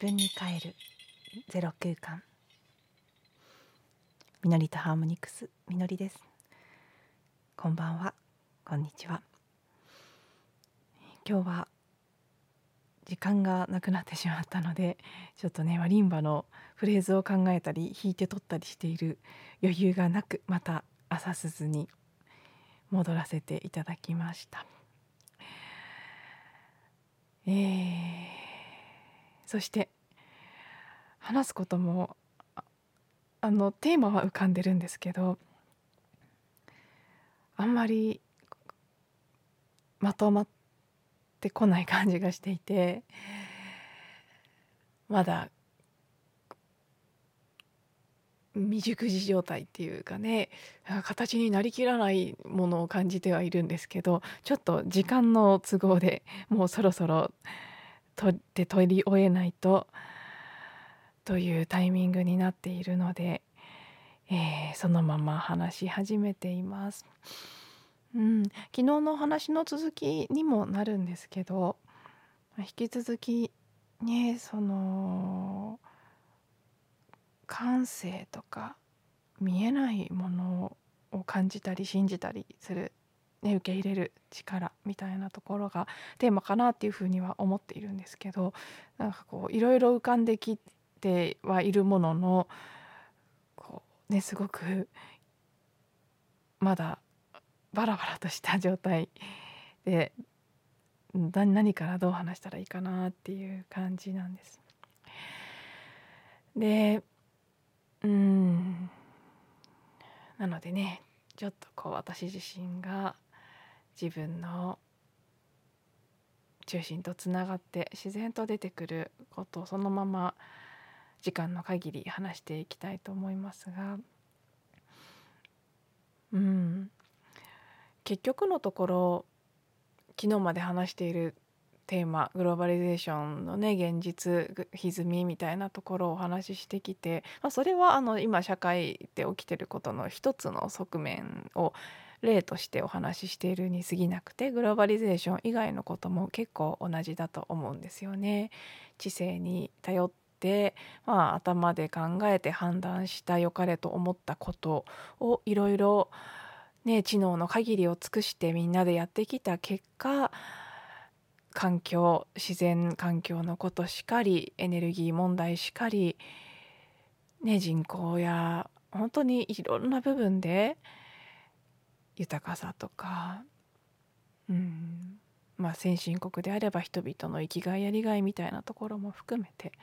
分に帰るゼロ空間。みのりとハーモニクス、みのりです。こんばんは、こんにちは。今日は時間がなくなってしまったので、ちょっとねマリンバのフレーズを考えたり弾いて取ったりしている余裕がなく、また朝鈴に戻らせていただきました。そして話すこともテーマは浮かんでるんですけど、あんまりまとまってこない感じがしていて、まだ未熟児状態っていうかね、形になりきらないものを感じてはいるんですけど、ちょっと時間の都合でもうそろそろ取り終えないとというタイミングになっているので、そのまま話し始めています。昨日の話の続きにもなるんですけど、引き続きね、その感性とか見えないものを感じたり信じたりする、受け入れる力みたいなところがテーマかなっていうふうには思っているんですけど、なんかこういろいろ浮かんできてはいるものの、すごくまだバラバラとした状態で、何からどう話したらいいかなっていう感じなんです。でなのでね、ちょっと私自身が自分の中心とつながって自然と出てくることをそのまま時間の限り話していきたいと思いますが、結局のところ昨日まで話しているテーマ、グローバリゼーションのね現実歪みみたいなところをお話ししてきて、それは今社会で起きていることの一つの側面を例としてお話ししているに過ぎなくて、グローバリゼーション以外のことも結構同じだと思うんですよね。知性に頼って、頭で考えて判断した良かれと思ったことをいろいろね、知能の限りを尽くしてみんなでやってきた結果、自然環境のことしかり、エネルギー問題しかり、人口や本当にいろんな部分で豊かさとか、先進国であれば人々の生きがいやりがいみたいなところも含めて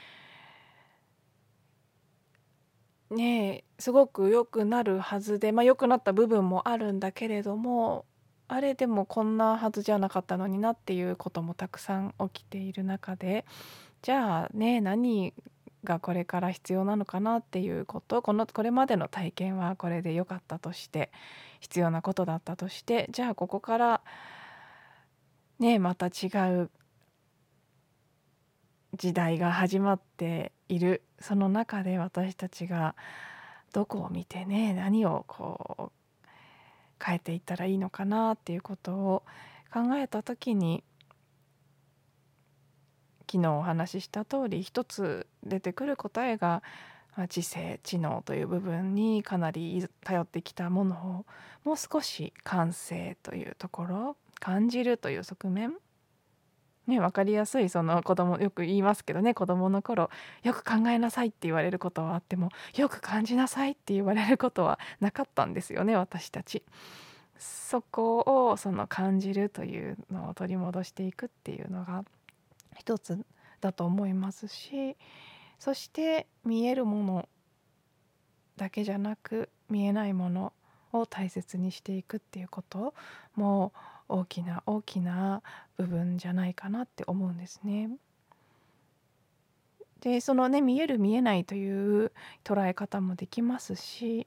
すごく良くなるはずで、良くなった部分もあるんだけれども、あれでもこんなはずじゃなかったのになっていうこともたくさん起きている中で、じゃあ何がこれから必要なのかなっていうこと、これまでの体験はこれで良かったとして、必要なことだったとして、じゃあここからまた違う時代が始まっている。その中で私たちがどこを見て何を変えていったらいいのかなっていうことを考えた時に、昨日お話しした通り一つ出てくる答えが、知性知能という部分にかなり頼ってきたものを、もう少し感性というところ、感じるという側面、分かりやすい、その子供よく言いますけどね、子供の頃よく考えなさいって言われることはあっても、よく感じなさいって言われることはなかったんですよね、私たち。そこをその感じるというのを取り戻していくっていうのが一つだと思いますし、そして見えるものだけじゃなく見えないものを大切にしていくっていうことも大きな大きな部分じゃないかなって思うんですね。でその見える見えないという捉え方もできますし、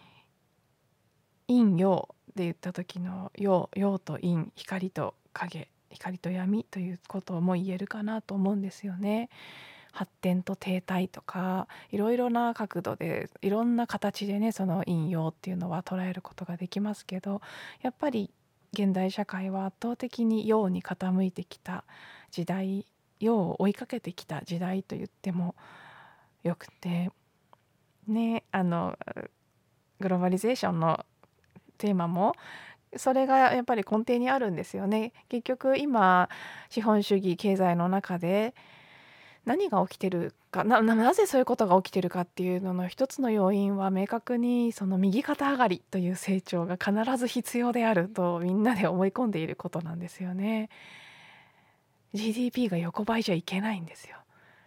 陰陽で言った時の陽と陰、光と影、光と闇ということも言えるかなと思うんですよね。発展と停滞とか、いろいろな角度でいろんな形でその陰陽っていうのは捉えることができますけど、やっぱり現代社会は圧倒的に陽に傾いてきた時代世を追いかけてきた時代と言ってもよくてね、グローバリゼーションのテーマもそれがやっぱり根底にあるんですよね。結局今資本主義経済の中で何が起きてるかなぜそういうことが起きてるかっていうのの一つの要因は明確にその右肩上がりという成長が必ず必要であるとみんなで思い込んでいることなんですよね。GDP が横ばいじゃいけないんですよ。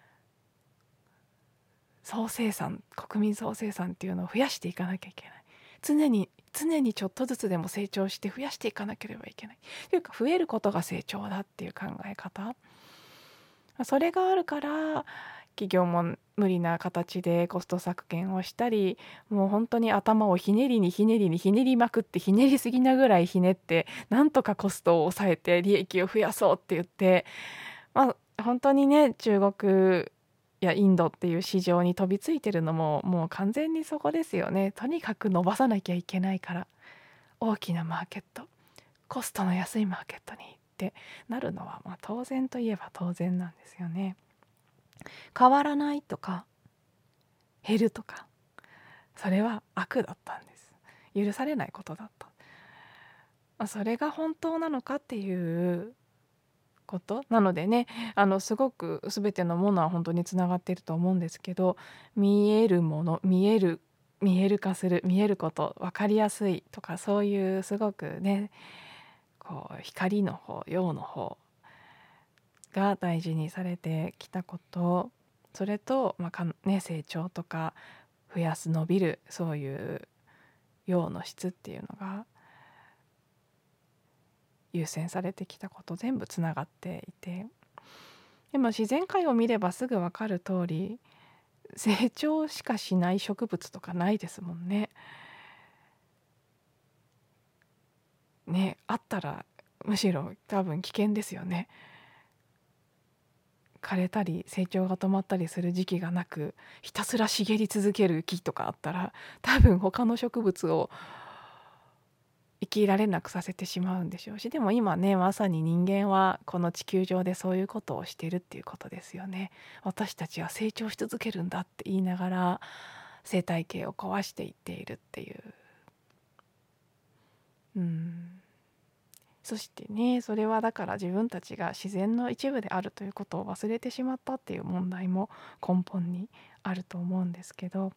総生産、国民総生産っていうのを増やしていかなきゃいけない。常にちょっとずつでも成長して増やしていかなければいけない。というか増えることが成長だっていう考え方。それがあるから企業も無理な形でコスト削減をしたり、もう本当に頭をひねりにひねりにひねりまくってひねりすぎなぐらいひねってなんとかコストを抑えて利益を増やそうって言って、本当にね中国やインドっていう市場に飛びついてるのももう完全にそこですよね。とにかく伸ばさなきゃいけないから大きなマーケット、コストの安いマーケットにってなるのは当然といえば当然なんですよね。変わらないとか減るとかそれは悪だったんです。許されないことだった。それが本当なのかっていうことなのでね、すごく全てのものは本当につながっていると思うんですけど、見えるもの、見える化する、見えること、分かりやすいとか、そういうすごくねこう光の方、陽の方が大事にされてきたこと、それと、成長とか増やす、伸びる、そういう陽の質っていうのが優先されてきたこと、全部つながっていて、でも自然界を見ればすぐ分かる通り成長しかしない植物とかないですもんね。あったらむしろ多分危険ですよね。枯れたり成長が止まったりする時期がなくひたすら茂り続ける木とかあったら多分他の植物を生きられなくさせてしまうんでしょうし、でも今ねまさに人間はこの地球上でそういうことをしてるっていうことですよね。私たちは成長し続けるんだって言いながら生態系を壊していっているっていう、そしてねそれはだから自分たちが自然の一部であるということを忘れてしまったっていう問題も根本にあると思うんですけど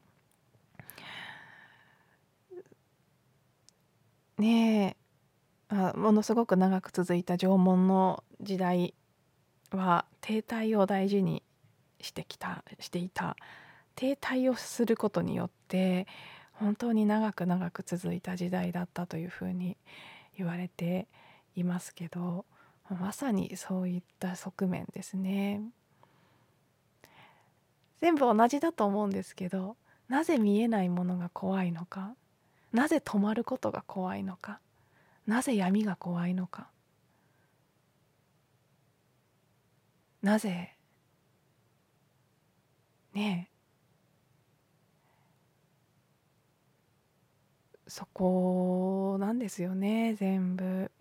ね。ものすごく長く続いた縄文の時代は停滞を大事にしていた。停滞をすることによって本当に長く長く続いた時代だったというふうに言われていますけど、まさにそういった側面ですね。全部同じだと思うんですけど、なぜ見えないものが怖いのか、なぜ止まることが怖いのか、なぜ闇が怖いのか、なぜねそこなんですよね全部。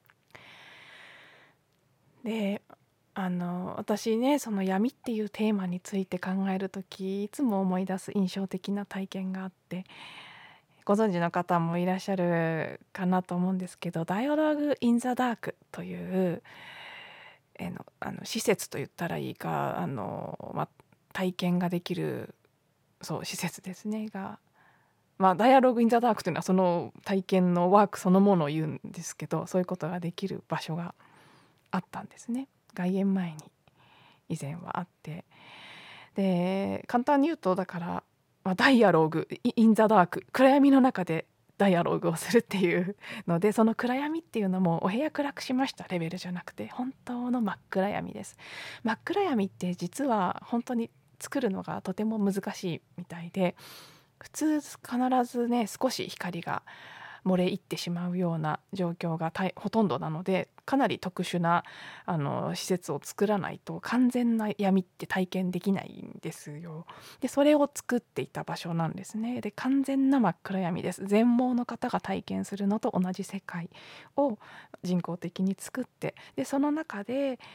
で私ねその闇っていうテーマについて考えるときいつも思い出す印象的な体験があって、ご存知の方もいらっしゃるかなと思うんですけど、ダイアログ・イン・ザ・ダークという施設と言ったらいいか体験ができる施設ですねが、ダイアログ・イン・ザ・ダークというのはその体験のワークそのものを言うんですけど、そういうことができる場所があったんですね。外苑前に以前はあって、で簡単に言うとだから、ダイアログ・イン・ザ・ダーク、暗闇の中でダイアログをするっていうので、その暗闇っていうのもお部屋暗くしましたレベルじゃなくて本当の真っ暗闇です。真っ暗闇って実は本当に作るのがとても難しいみたいで、普通必ずね少し光が漏れ入ってしまうような状況がほとんどなので、かなり特殊な施設を作らないと完全な闇って体験できないんですよ。でそれを作っていた場所なんですね。で完全な真っ暗闇です。全盲の方が体験するのと同じ世界を人工的に作って、でその中で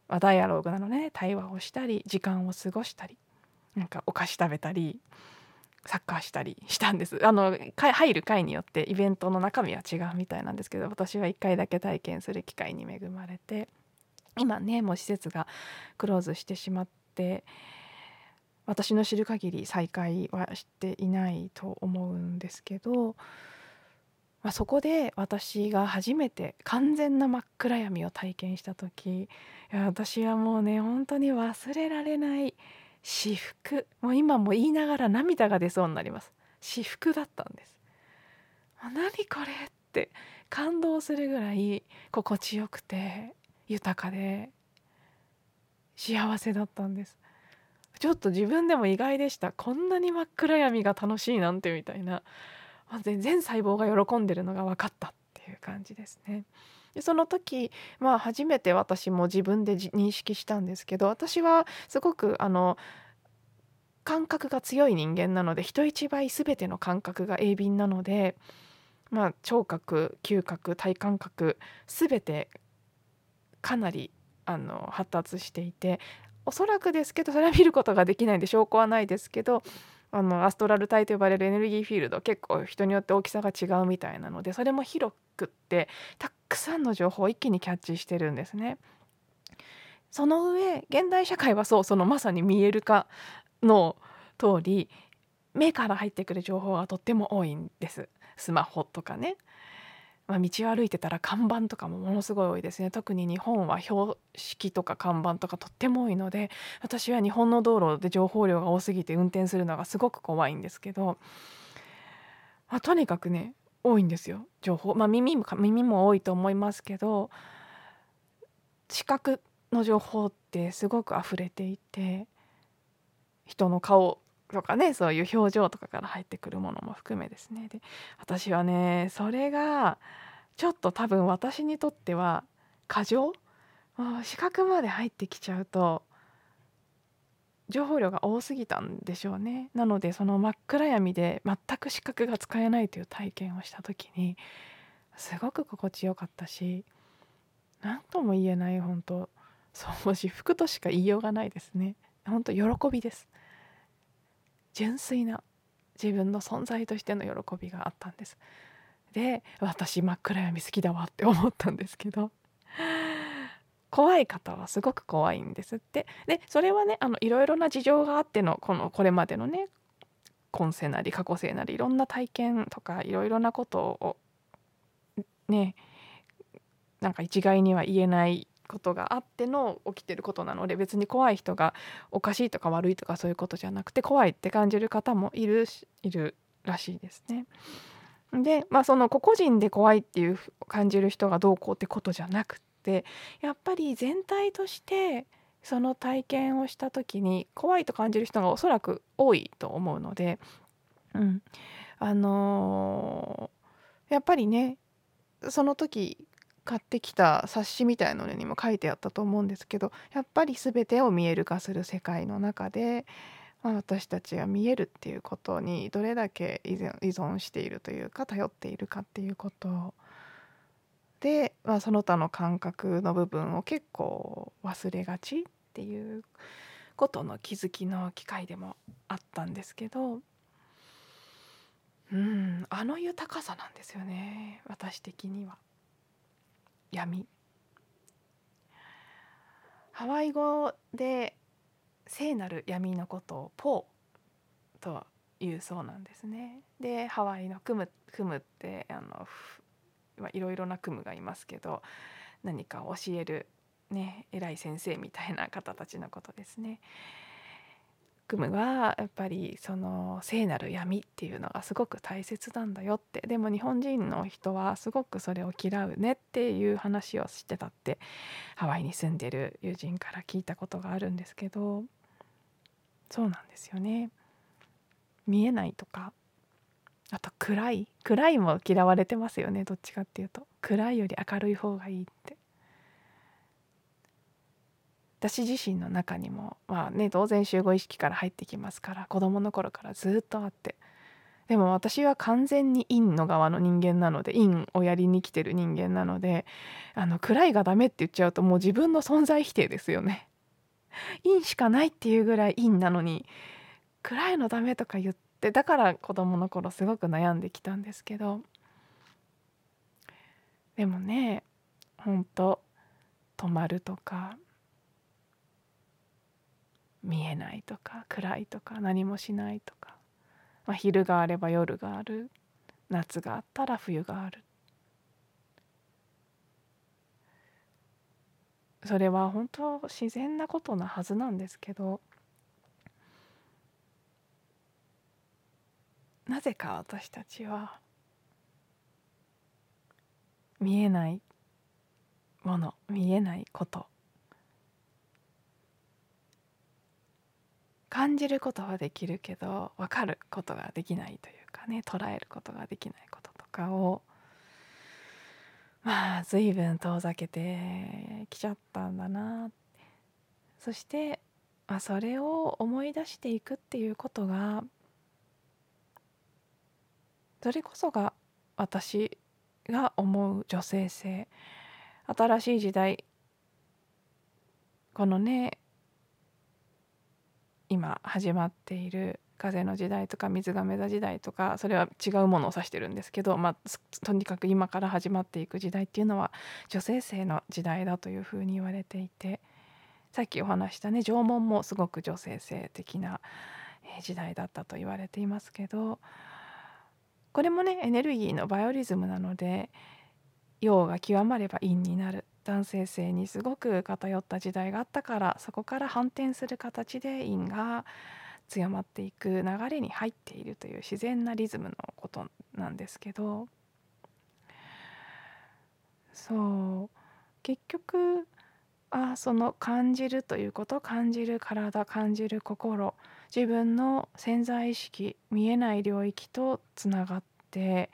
ダイアローグなのね、対話をしたり時間を過ごしたり、なんかお菓子食べたりサッカーしたりしたんです。入る会によってイベントの中身は違うみたいなんですけど、私は1回だけ体験する機会に恵まれて、今ねもう施設がクローズしてしまって、私の知る限り再開はしていないと思うんですけど、そこで私が初めて完全な真っ暗闇を体験した時、いや私はもうね本当に忘れられない至福、もう今も言いながら涙が出そうになります。至福だったんです。何これって感動するぐらい心地よくて豊かで幸せだったんです。ちょっと自分でも意外でした。こんなに真っ暗闇が楽しいなんてみたいな、全細胞が喜んでるのが分かったっていう感じですね。でその時、初めて私も自分で認識したんですけど、私はすごく感覚が強い人間なので、人一倍全ての感覚が鋭敏なので、聴覚嗅覚体感覚全てかなり発達していて、おそらくですけどそれは見ることができないんで証拠はないですけど、アストラル体と呼ばれるエネルギーフィールド結構人によって大きさが違うみたいなので、それも広くってたくさんの情報を一気にキャッチしてるんですね。その上現代社会はそのまさに見える化の通り目から入ってくる情報がとっても多いんです。スマホとかね、道を歩いてたら看板とかもものすごい多いですね。特に日本は標識とか看板とかとっても多いので、私は日本の道路で情報量が多すぎて運転するのがすごく怖いんですけど、とにかくね多いんですよ情報。耳も多いと思いますけど、視覚の情報ってすごく溢れていて、人の顔とかね、そういう表情とかから入ってくるものも含めですね。で私はねそれがちょっと多分私にとっては過剰、視覚まで入ってきちゃうと情報量が多すぎたんでしょうね。なのでその真っ暗闇で全く視覚が使えないという体験をした時にすごく心地よかったし、何とも言えない本当、そう至福としか言いようがないですね。本当喜びです。純粋な自分の存在としての喜びがあったんです。で私真っ暗闇好きだわって思ったんですけど、怖い方はすごく怖いんですって。でそれはねいろいろな事情があってのこれまでのね今世なり過去世なりいろんな体験とかいろいろなことをね、なんか一概には言えないことがあっての起きてることなので、別に怖い人がおかしいとか悪いとかそういうことじゃなくて、怖いって感じる方もいるらしいですね。でその個々人で怖いっていう感じる人がどうこうってことじゃなくって、やっぱり全体としてその体験をした時に怖いと感じる人がおそらく多いと思うので、うん、あのやっぱりねその時買ってきた冊子みたいなのにも書いてあったと思うんですけど、やっぱり全てを見える化する世界の中で、私たちが見えるっていうことにどれだけ依存しているというか頼っているかっていうことで、その他の感覚の部分を結構忘れがちっていうことの気づきの機会でもあったんですけど、あの豊かさなんですよね、私的には。闇、ハワイ語で聖なる闇のことをポーというそうなんですね。でハワイのクムっていろいろなクムがいますけど、何かを教えるね偉い先生みたいな方たちのことですね。クムはやっぱりその聖なる闇っていうのがすごく大切なんだよって、でも日本人の人はすごくそれを嫌うねっていう話をしてたってハワイに住んでる友人から聞いたことがあるんですけど、そうなんですよね。見えないとか、あと暗いも嫌われてますよね。どっちかっていうと暗いより明るい方がいいって、私自身の中にも当然集合意識から入ってきますから、子供の頃からずっとあって、 でも私は完全に陰の側の人間なので、陰をやりに来てる人間なので、暗いがダメって言っちゃうともう自分の存在否定ですよね。陰しかないっていうぐらい陰なのに、暗いのダメとか言って、だから子供の頃すごく悩んできたんですけど、でもね、ほんと止まるとか見えないとか暗いとか何もしないとか、昼があれば夜がある、夏があったら冬がある、それは本当自然なことなはずなんですけど、なぜか私たちは見えないもの、見えないこと、感じることはできるけど分かることができないというかね、捉えることができないこととかを随分遠ざけてきちゃったんだな。そして、それを思い出していくっていうことが、それこそが私が思う女性性、新しい時代、このね今始まっている風の時代とか水亀座時代とか、それは違うものを指してるんですけど、とにかく今から始まっていく時代っていうのは女性性の時代だというふうに言われていて、さっきお話したね縄文もすごく女性性的な時代だったと言われていますけど、これもねエネルギーのバイオリズムなので、陽が極まれば陰になる、男性性にすごく偏った時代があったから、そこから反転する形で陰が強まっていく流れに入っているという自然なリズムのことなんですけど、そう結局その感じるということ、感じる体、感じる心、自分の潜在意識、見えない領域とつながって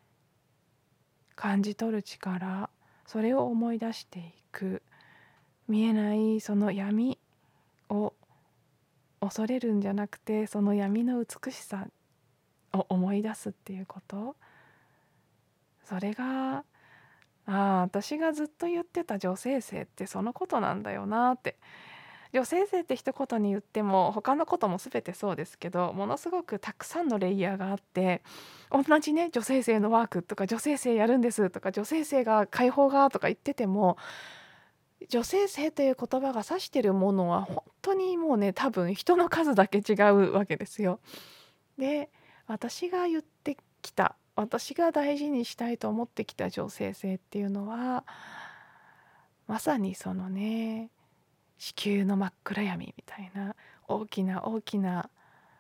感じ取る力、それを思い出していく、見えないその闇を恐れるんじゃなくて、その闇の美しさを思い出すっていうこと、それが私がずっと言ってた女性性ってそのことなんだよなって。女性性って一言に言っても他のことも全てそうですけど、ものすごくたくさんのレイヤーがあって、同じね女性性のワークとか女性性やるんですとか女性性が解放がとか言ってても、女性性という言葉が指してるものは本当にもうね多分人の数だけ違うわけですよ。で、私が言ってきた、私が大事にしたいと思ってきた女性性っていうのは、まさにそのね地球の真っ暗闇みたいな大きな大きな、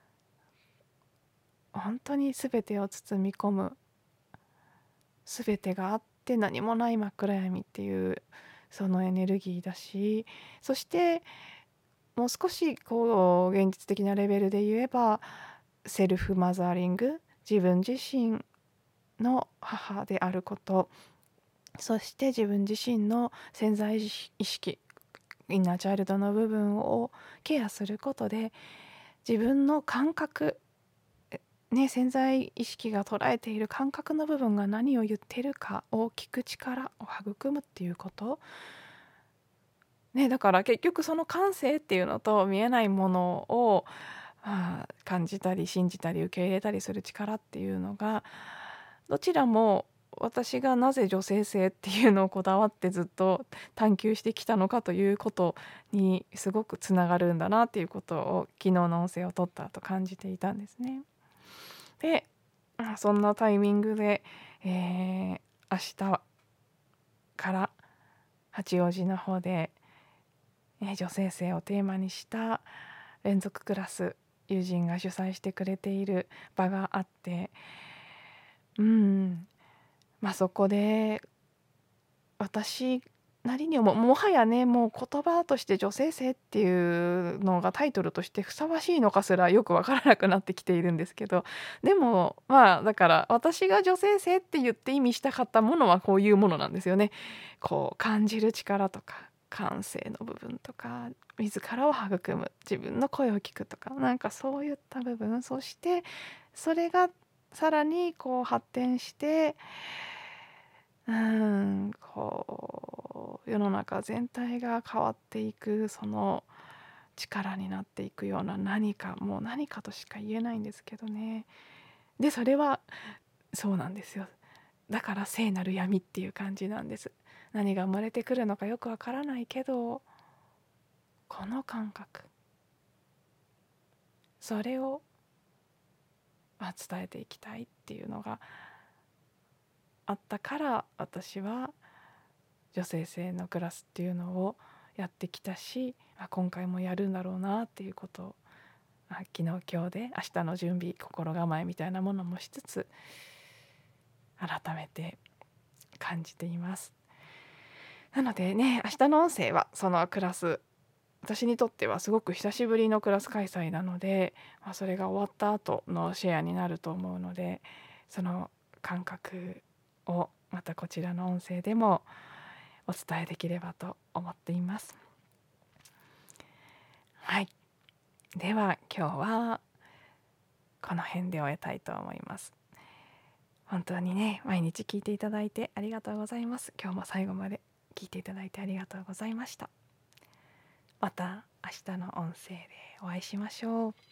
本当に全てを包み込む、全てがあって何もない真っ暗闇っていうそのエネルギーだし、そしてもう少しこう現実的なレベルで言えばセルフマザーリング、自分自身の母であること、そして自分自身の潜在意識、インナーチャイルドの部分をケアすることで、自分の感覚、潜在意識が捉えている感覚の部分が何を言っているかを聞く力を育むっていうこと、だから結局その感性っていうのと見えないものを感じたり信じたり受け入れたりする力っていうのが、どちらも私がなぜ女性性っていうのをこだわってずっと探求してきたのかということにすごくつながるんだなっていうことを昨日の音声を取った後感じていたんですね。で、そんなタイミングで、明日から八王子の方で、女性性をテーマにした連続クラス、友人が主催してくれている場があって、そこで私なりにもはやね、もう言葉として女性性っていうのがタイトルとしてふさわしいのかすらよくわからなくなってきているんですけど、でもだから私が女性性って言って意味したかったものはこういうものなんですよね。こう感じる力とか感性の部分とか自らを育む、自分の声を聞くとか、なんかそういった部分、そしてそれがさらに発展して、世の中全体が変わっていく、その力になっていくような何か、もう何かとしか言えないんですけどね。で、それはそうなんですよ。だから聖なる闇っていう感じなんです。何が生まれてくるのかよくわからないけど、この感覚、それを伝えていきたいっていうのがあったから、私は女性性のクラスっていうのをやってきたし、今回もやるんだろうなっていうことを、昨日今日で明日の準備心構えみたいなものもしつつ改めて感じています。なのでね、明日の音声はそのクラス、私にとってはすごく久しぶりのクラス開催なので、それが終わった後のシェアになると思うので、その感覚をまたこちらの音声でもお伝えできればと思っています。はい、では今日はこの辺で終えたいと思います。本当にね、毎日聞いていただいてありがとうございます。今日も最後まで聞いていただいてありがとうございました。また明日の音声でお会いしましょう。